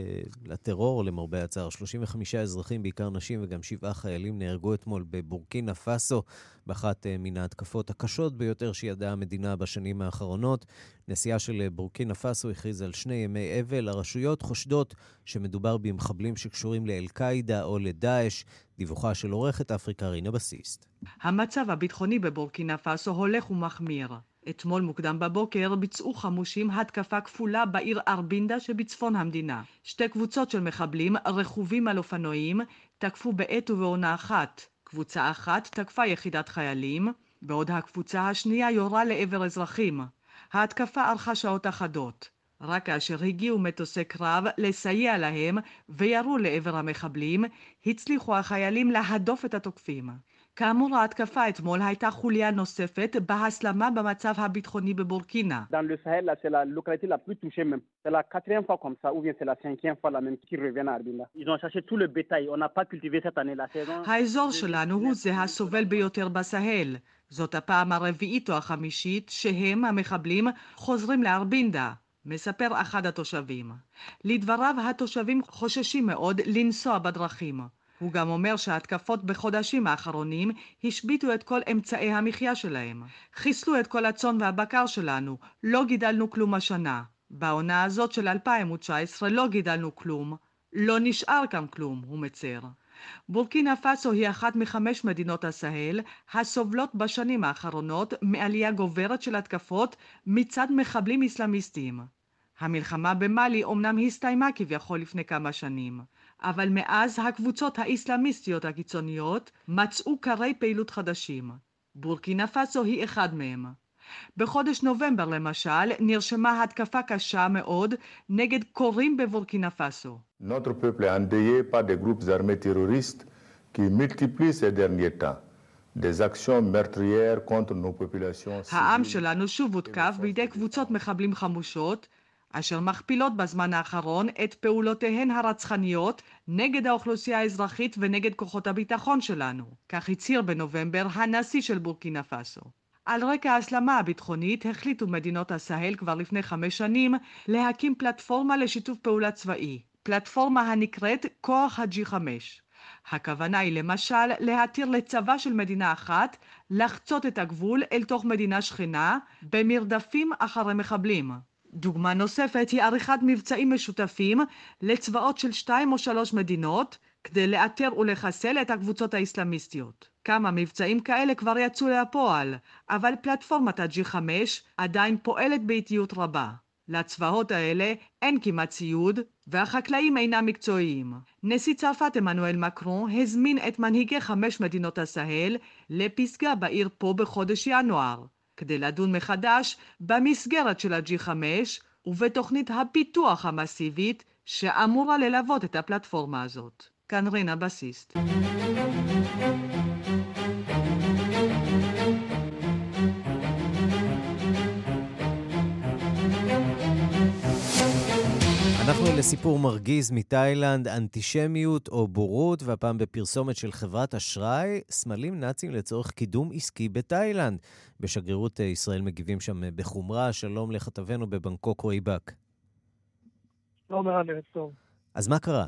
לטרור, למרבה הצער. שלושים וחמישה אזרחים, בעיקר נשים וגם שבעה חיילים, נהרגו אתמול בבורקינה פאסו, באחת uh, מן ההתקפות הקשות ביותר שידעה המדינה בשנים האחרונות. נשיאה של בורקינה פאסו הכריז על שני ימי אבל. הרשויות חושדות שמדובר במחבלים שקשורים לאל-קאידה או לדאעש. דיווחה של עורכת אפריקה רינה בסיסט. המצב הביטחוני בבורקינה פאסו הולך ומחמיר. אתמול מוקדם בבוקר ביצעו חמושים התקפה כפולה בעיר ארבינדה שבצפון המדינה. שתי קבוצות של מחבלים רכובים על אופנועים תקפו בעת ובעונה אחת. קבוצה אחת תקפה יחידת חיילים, בעוד הקבוצה השנייה יורה לעבר אזרחים. ההתקפה ארכה שעות אחדות. רק כאשר הגיעו מטוסי קרב לסייע להם וירו לעבר המחבלים, הצליחו החיילים להדוף את התוקפים. כאמור, ההתקפה אתמול הייתה חוליה נוספת בהסלמה במצב הביטחוני בבורקינה. Dans le Sahel, là, c'est la localité la plus touchée même. C'est la quatrième fois comme ça, ou bien c'est la cinquième fois la même qui revient à Arbinda. Ils ont cherché tout le bétail. On n'a pas cultivé cette année la saison. האזור שלנו הוא זה הסובל ביותר בסהל. זאת הפעם הרביעית או החמישית שהם, המחבלים, חוזרים לארבינדה. מספר אחד התושבים. לדבריו, התושבים חוששים מאוד לנסוע בדרכים. הוא גם אומר שההתקפות בחודשים האחרונים השביתו את כל אמצעי המחיה שלהם. חיסלו את כל הצאן והבקר שלנו, לא גידלנו כלום השנה. בעונה הזאת של אלפיים תשע עשרה לא גידלנו כלום, לא נשאר כאן כלום, הוא מצר. בורקינה פאסו היא אחת מחמש מדינות הסהל הסובלות בשנים האחרונות מעלייה גוברת של התקפות מצד מחבלים אסלאמיסטיים. המלחמה במאלי אומנם הסתיימה כביכול לפני כמה שנים, אבל מאז הקבוצות האסלאמיסטיות הקיצוניות מצאו קרי פעילות חדשים. בורקינה פאסו היא אחד מהם. בחודש נובמבר למשל נרשמה התקפה קשה מאוד נגד קוראים בבורקינה פאסו. Notre peuple est endeuillé par des groupes armés terroristes qui multiplient ces derniers temps des actions meurtrières contre nos populations. העם שלנו שוב הותקף בידי קבוצות מחבלים חמושות, אשר מכפילות בזמן האחרון את פעולותיהן הרצחניות נגד האוכלוסייה האזרחית ונגד כוחות הביטחון שלנו. כך הצהיר בנובמבר הנשיא של בורקינה פאסו. על רקע ההסלמה הביטחונית החליטו מדינות הסהל כבר לפני חמש שנים להקים פלטפורמה לשיתוף פעולה צבאי, פלטפורמה הנקראת כוח הג'י חמש. הכוונה היא למשל להתיר לצבא של מדינה אחת לחצות את הגבול אל תוך מדינה שכנה במרדפים אחרי מחבלים. דוגמה נוספת היא עריכת מבצעים משותפים לצבאות של שתיים או שלוש מדינות כדי לאתר ולחסל את הקבוצות האסלאמיסטיות. כמה מבצעים כאלה כבר יצאו לפועל, אבל פלטפורמת הג'י חמש עדיין פועלת באיטיות רבה. לצבאות האלה אין כמעט ציוד, והחקלאים אינם מקצועיים. נשיא צרפת עמנואל מקרון הזמין את מנהיגי חמש מדינות הסהל לפסגה בעיר פה בחודש ינואר, כדי לדון מחדש במסגרת של הג'י חמש ובתוכנית הפיתוח המסיבית שאמורה ללוות את הפלטפורמה הזאת. כאן רינה בסיסט. אנחנו לסיפור מרגיז מתאילנד, אנטישמיות או בורות, והפעם בפרסומת של חברת אשראי, סמלים נאצים לצורך קידום עסקי בתאילנד. בשגרירות ישראל מגיבים שם בחומרה. שלום לכתבנו בבנקוק רועי בק. לא מעניין, טוב. אז מה קרה?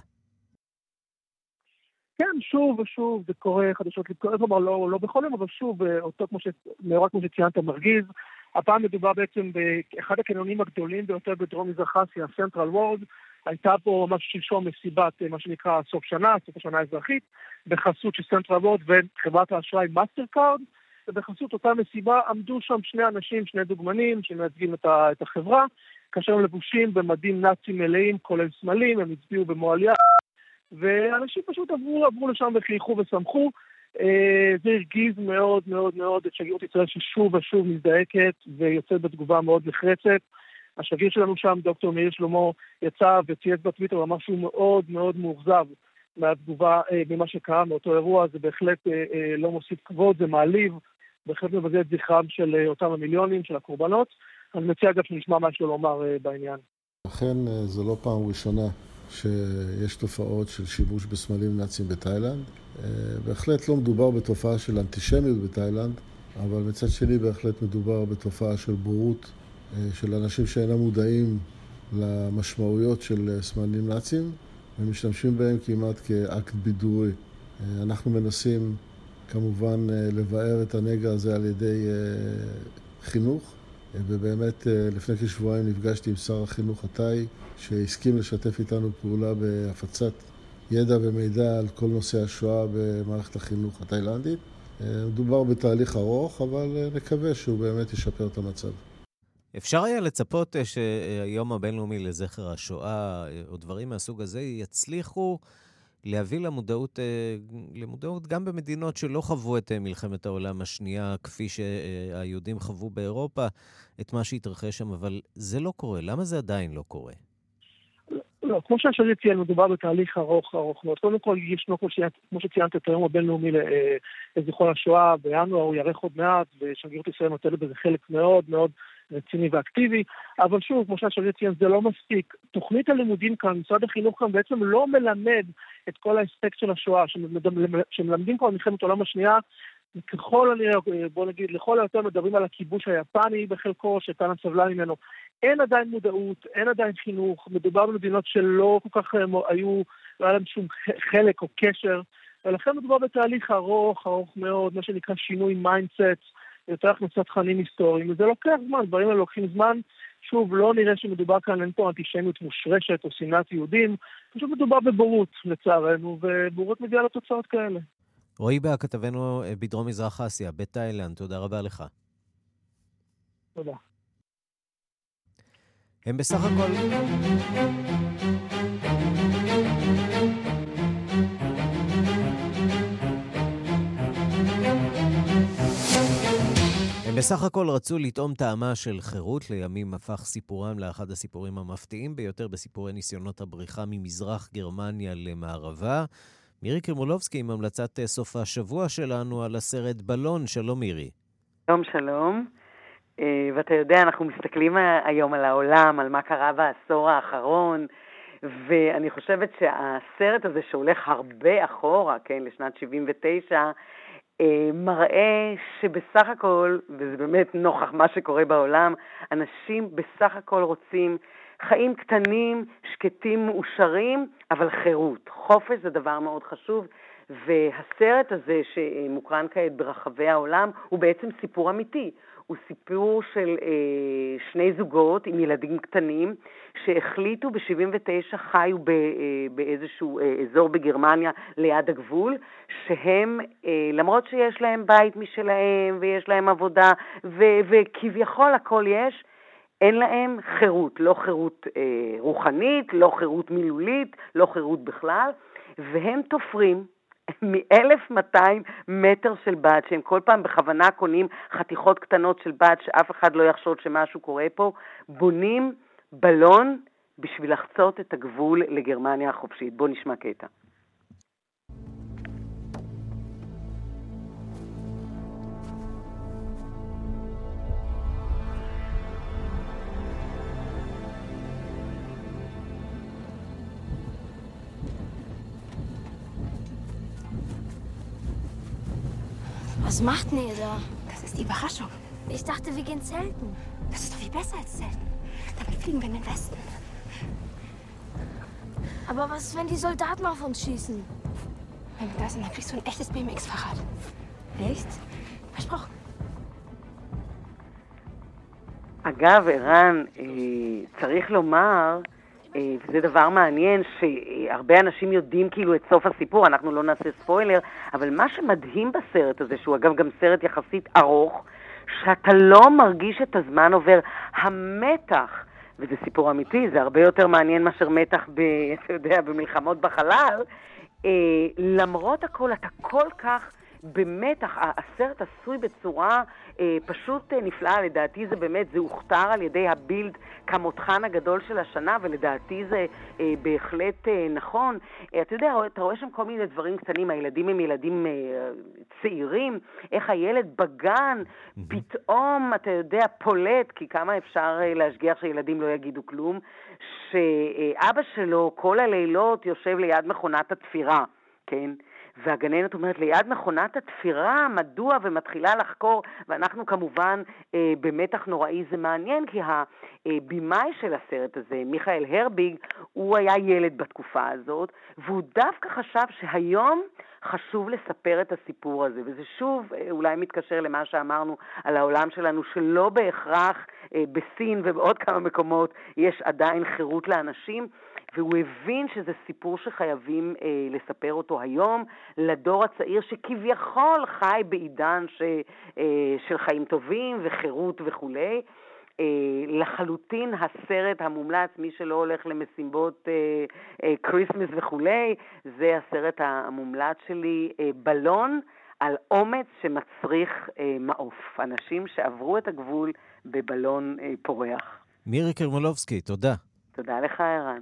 כן, שוב ושוב, זה קורה חדשות לבקור, כלומר, לא, לא בכל יום, אבל שוב, אותו כמו ש... מאורע כמו שציינת מרגיז. הפעם מדובר בעצם באחד הקניונים הגדולים ביותר בדרום מזרח אסיה, סנטרל וורד. הייתה פה ממש שלשום מסיבת, מה שנקרא, סוף שנה, סוף השנה האזרחית, בחסות של סנטרל וורד וחברת האשראי מאסטר קארד, ובחסות אותה מסיבה עמדו שם שני אנשים, שני דוגמנים, שמייצגים את החברה, כאשר הם לבושים במדים נאצים מלאים, כולל סמלים, הם הצביעו במועליה, ואנשים פשוט עברו, עברו לשם וחייכו ושמחו. זה הרגיז מאוד מאוד מאוד את שגרירות ישראל ששוב ושוב מזדעקת ויוצאת בתגובה מאוד נחרצת. השגריר שלנו שם, דוקטור מאיר שלמה, יצא וצייץ בטוויטר ואמר שהוא מאוד מאוד מאוכזב מהתגובה, ממה שקרה מאותו אירוע. זה בהחלט לא מוסיף כבוד, זה מעליב, בהחלט מבזה את זכרם של אותם המיליונים, של הקורבנות. אני מציע אגב שנשמע מה שלא לומר בעניין. לכן זו לא פעם ראשונה שיש תופעות של שימוש בסמלים נאצים בתאילנד. בהחלט לא מדובר בתופעה של אנטישמיות בתאילנד, אבל מצד שני בהחלט מדובר בתופעה של בורות, של אנשים שאינם מודעים למשמעויות של סמלים נאצים, ומשתמשים בהם כמעט כאקט בידורי. אנחנו מנסים כמובן לבאר את הנגע הזה על ידי חינוך, ובאמת לפני כשבועיים נפגשתי עם שר החינוך התאי, שהסכים לשתף איתנו פעולה בהפצת ידע ומידע על כל נושא השואה במערכת החינוך התאילנדית. מדובר בתהליך ארוך, אבל נקווה שהוא באמת ישפר את המצב. אפשר היה לצפות שהיום הבינלאומי לזכר השואה או דברים מהסוג הזה יצליחו להביא למודעות, למודעות גם במדינות שלא חוו את מלחמת העולם השנייה, כפי שהיהודים חוו באירופה, את מה שהתרחש שם, אבל זה לא קורה. למה זה עדיין לא קורה? לא, כמו שהשגריר ציין, מדובר בתהליך ארוך ארוך מאוד. קודם כל, ישנו, כמו שציינת, את היום הבינלאומי לזכר השואה בינואר, הוא יארך עוד מעט, ושגרירות ישראל נוטלת בזה חלק מאוד מאוד רציני ואקטיבי, אבל שוב, כמו שהשגריר ציין, זה לא מספיק. תוכנית הלימודים כאן, משרד החינוך כאן בעצם לא מלמד את כל האספקט של השואה, שמלמדים כבר מלחמת העולם השנייה, ככל הנראה, בוא נגיד, לכל היותר מדברים על הכיבוש היפני בחלקו, שטען סבלה ממנו. אין עדיין מודעות, אין עדיין חינוך, מדובר במדינות שלא כל כך היו, לא היה להם שום חלק או קשר, ולכן מדובר בתהליך ארוך, ארוך מאוד, מה שנקרא שינוי מיינדסט, יותר הכנסת תכנים היסטוריים, וזה לוקח זמן, דברים האלה לוקחים זמן, שוב, לא נראה שמדובר כאן, אין פה אנטישמיות מושרשת או שנאת יהודים, פשוט מדובר בבורות, לצערנו, ובורות מביאה לתוצאות כאלה. רועי בה, כתבנו בדרום מזרח אסיה, בתאילנד, תודה רבה לך. תודה. הם בסך הכל... הם בסך הכל רצו לטעום טעמה של חירות, לימים הפך סיפורם לאחד הסיפורים המפתיעים ביותר בסיפורי ניסיונות הבריחה ממזרח גרמניה למערבה. מירי קרמולובסקי עם המלצת סוף השבוע שלנו על הסרט בלון. שלום מירי. שלום שלום. ואתה יודע, אנחנו מסתכלים היום על העולם, על מה קרה בעשור האחרון, ואני חושבת שהסרט הזה שהולך הרבה אחורה, כן, לשנת שבעים ותשע, מראה שבסך הכל, וזה באמת נוכח מה שקורה בעולם, אנשים בסך הכל רוצים חיים קטנים, שקטים, מאושרים, אבל חירות. חופש זה דבר מאוד חשוב, והסרט הזה שמוקרן כעת ברחבי העולם הוא בעצם סיפור אמיתי. הוא סיפור של אה, שני זוגות עם ילדים קטנים שהחליטו ב-שבעים ותשע חיו ב, אה, באיזשהו אה, אזור בגרמניה ליד הגבול, שהם, אה, למרות שיש להם בית משלהם ויש להם עבודה ו- וכביכול הכל יש, אין להם חירות, לא חירות אה, רוחנית, לא חירות מילולית, לא חירות בכלל, והם תופרים מ-אלף מאתיים מטר של בד, שהם כל פעם בכוונה קונים חתיכות קטנות של בד, שאף אחד לא יחשוד שמשהו קורה פה, בונים בלון בשביל לחצות את הגבול לגרמניה החופשית. בוא נשמע קטע. Was macht denn ihr da? Das ist die Überraschung. Ich dachte, wir gehen zelten. Das ist doch viel besser als zelten. Damit fliegen wir in den Westen. Aber was ist, wenn die Soldaten auf uns schießen? Wenn wir da sind, dann kriegst du ein echtes B M X-Fahrrad. Echt? Versprochen. אגב, ערן, צריך לומר, וזה דבר מעניין, שהרבה אנשים יודעים כאילו את סוף הסיפור, אנחנו לא נעשה ספוילר, אבל מה שמדהים בסרט הזה, שהוא אגב גם סרט יחסית ארוך, שאתה לא מרגיש את הזמן עובר, המתח, וזה סיפור אמיתי, זה הרבה יותר מעניין מאשר מתח ב, אתה יודע, במלחמות בחלל, למרות הכל אתה כל כך במתח, הסרט עשוי בצורה אה, פשוט אה, נפלאה, לדעתי זה באמת, זה הוכתר על ידי הבילד כמותחן הגדול של השנה, ולדעתי זה אה, בהחלט אה, נכון. אה, אתה יודע, אתה רואה שם כל מיני דברים קטנים, הילדים הם ילדים אה, צעירים, איך הילד בגן פתאום, אתה יודע, פולט, כי כמה אפשר אה, להשגיח שילדים לא יגידו כלום, שאבא שלו כל הלילות יושב ליד מכונת התפירה, כן? והגננת אומרת, ליד מכונת התפירה, מדוע, ומתחילה לחקור, ואנחנו כמובן אה, במתח נוראי. זה מעניין, כי הבימאי של הסרט הזה, מיכאל הרביג, הוא היה ילד בתקופה הזאת, והוא דווקא חשב שהיום חשוב לספר את הסיפור הזה, וזה שוב אה, אולי מתקשר למה שאמרנו על העולם שלנו, שלא בהכרח אה, בסין ובעוד כמה מקומות יש עדיין חירות לאנשים, והוא הבין שזה סיפור שחייבים אה, לספר אותו היום לדור הצעיר שכביכול חי בעידן ש, אה, של חיים טובים וחירות וכולי. אה, לחלוטין הסרט המומלץ, מי שלא הולך למסיבות אה, אה, קריסמס וכולי, זה הסרט המומלץ שלי, אה, בלון על אומץ שמצריך אה, מעוף. אנשים שעברו את הגבול בבלון אה, פורח. מירי קרמולובסקי, תודה. תודה לך, ערן.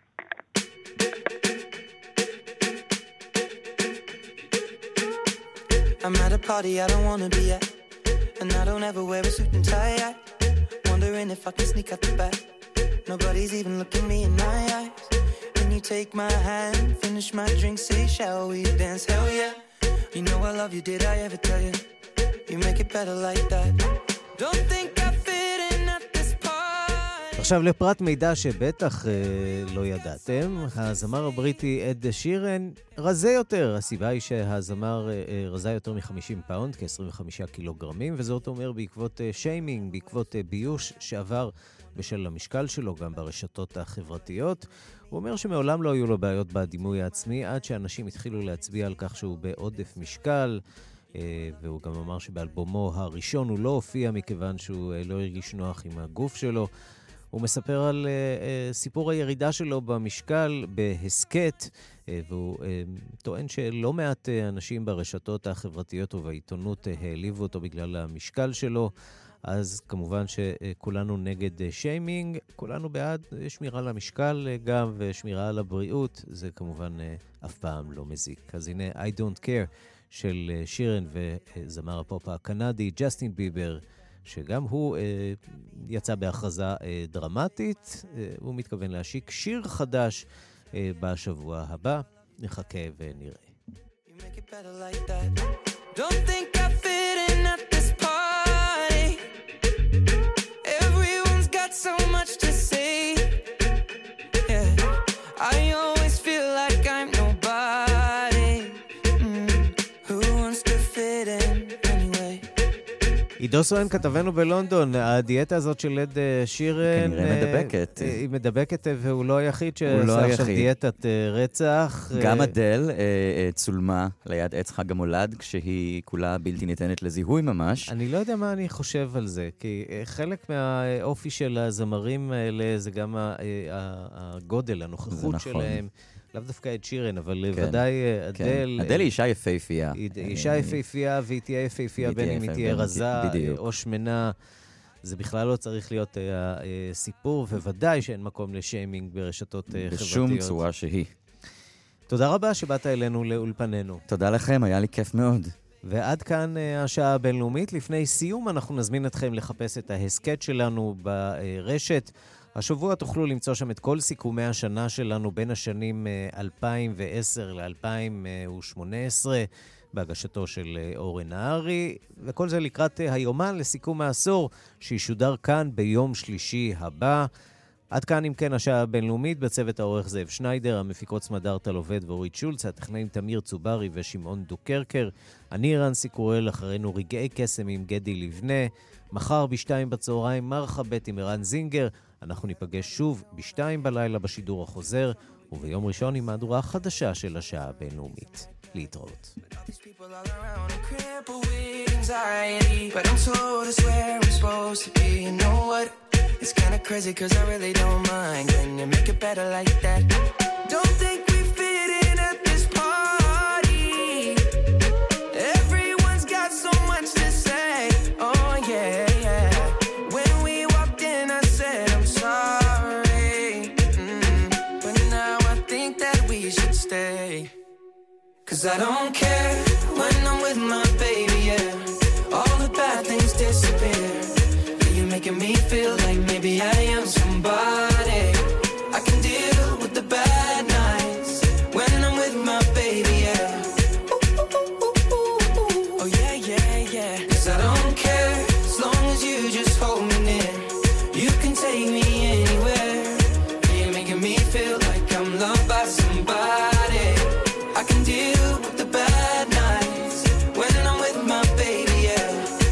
I'm at a party I don't wanna be at, and I don't ever wear a suit and tie yet. Wondering if I can sneak out the back. Nobody's even looking me in my eyes. Can you take my hand, finish my drink, say shall we dance? Hell yeah. You know I love you, did I ever tell you? You make it better like that. Don't think I fit in at this party. עכשיו לפרט מידע שבטח אה, לא ידעתם, הזמר הבריטי אד שירן רזה יותר. הסיבה היא שהזמר אה, רזה יותר מ-חמישים פאונד, כ-עשרים וחמישה קילוגרמים, וזאת אומר בעקבות אה, שיימינג, בעקבות אה, ביוש שעבר בשל המשקל שלו גם ברשתות החברתיות. הוא אומר שמעולם לא היו לו בעיות בדימוי העצמי, עד שאנשים התחילו להצביע על כך שהוא בעודף משקל, והוא גם אמר שבאלבומו הראשון הוא לא הופיע מכיוון שהוא לא הרגיש נוח עם הגוף שלו. הוא מספר על uh, סיפור הירידה שלו במשקל בהסקט, uh, והוא uh, טוען שלא מעט uh, אנשים ברשתות החברתיות ובעיתונות uh, העליבו אותו בגלל המשקל שלו. אז כמובן שכולנו נגד uh, שיימינג, כולנו בעד uh, שמירה על המשקל uh, גם ושמירה על הבריאות, זה כמובן uh, אף פעם לא מזיק. אז הנה I Don't Care של uh, שירן וזמר הפופ הקנדי ג'סטין ביבר, שגם הוא אה, יצא בהכרזה אה, דרמטית. אה, הוא מתכוון להשיק שיר חדש אה, בשבוע הבא. נחכה ונראה. You make it better like that. Don't think I fit in at this party. Everyone's got so much to say. Yeah, I always feel like I'm nobody. Mm. Who wants to fit in? עידו סואן כתבנו בלונדון, הדיאטה הזאת של לד שירן כנראה מדבקת. היא מדבקת והוא לא היחיד שעשה עכשיו דיאטת רצח. גם אדל צולמה ליד עץ חג המולד, כשהיא כולה בלתי ניתנת לזיהוי ממש. אני לא יודע מה אני חושב על זה, כי חלק מהאופי של הזמרים האלה זה גם הגודל, הנוכחות שלהם. לאו דווקא את שירן, אבל כן, ודאי אדל... כן. אדל היא אישה יפהפייה. היא אישה יפהפייה, והיא תהיה יפהפייה בין אם היא תהיה רזה או שמנה. זה בכלל לא צריך להיות סיפור, וודאי שאין מקום לשיימינג ברשתות חברתיות. בשום צורה שהיא. תודה רבה שבאת אלינו לאולפנינו. תודה לכם, היה לי כיף מאוד. ועד כאן השעה הבינלאומית. לפני סיום אנחנו נזמין אתכם לחפש את ההסקט שלנו ברשת. השבוע תוכלו למצוא שם את כל סיכומי השנה שלנו בין השנים אלפיים ועשר ל-אלפיים ושמונה עשרה בהגשתו של אורן נהרי, וכל זה לקראת היומן לסיכום העשור שישודר כאן ביום שלישי הבא. עד כאן אם כן השעה הבינלאומית, בצוות העורך זאב שניידר, המפיקות סמדארטה לובד ואורית שולץ, הטכנאים תמיר צוברי ושמעון דוקרקר. אני רנסי קורל, אחרינו רגעי קסם עם גדי לבנה. מחר בשתיים בצהריים מרחבת עם ערן זינגר. אנחנו ניפגש שוב בשתיים בלילה בשידור החוזר, וביום ראשון עם מהדורה החדשה של השעה הבינלאומית. להתראות. It's kind of crazy cause I really don't mind. Can you make it better like that? Don't think we fit in at this party. Everyone's got so much to say. Oh yeah, yeah. When we walked in I said I'm sorry. Mm. But now I think that we should stay. Cause I don't care when I'm with my baby, yeah. All the bad things disappear. Making me feel like maybe I am somebody. I can deal with the bad nights when I'm with my baby, yeah. Oh yeah, yeah, yeah. Cause I don't care as long as you just hold me near. You can take me anywhere. You're making me feel like I'm loved by somebody. I can deal with the bad nights when I'm with my baby, yeah.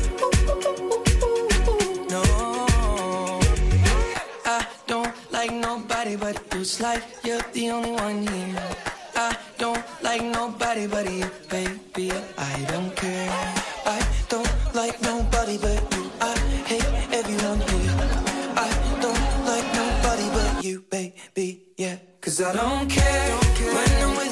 But it's like you're the only one here. I don't like nobody but you, baby. I don't care. I don't like nobody but you. I hate everyone here. I don't like nobody but you, baby. Yeah, cause I don't care, don't care. When I'm with